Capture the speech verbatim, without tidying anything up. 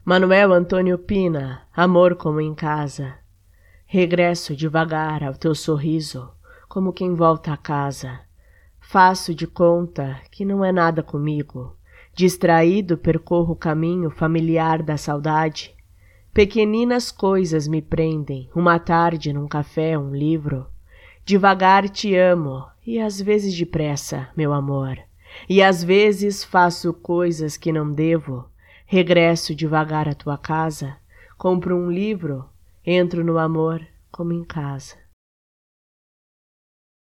Manuel Antônio Pina, amor como em casa. Regresso devagar ao teu sorriso, como quem volta a casa. Faço de conta que não é nada comigo. Distraído percorro o caminho familiar da saudade. Pequeninas coisas me prendem, uma tarde num café, um livro. Devagar te amo, e às vezes depressa, meu amor. E às vezes faço coisas que não devo. Regresso devagar à tua casa, compro um livro, entro no amor como em casa.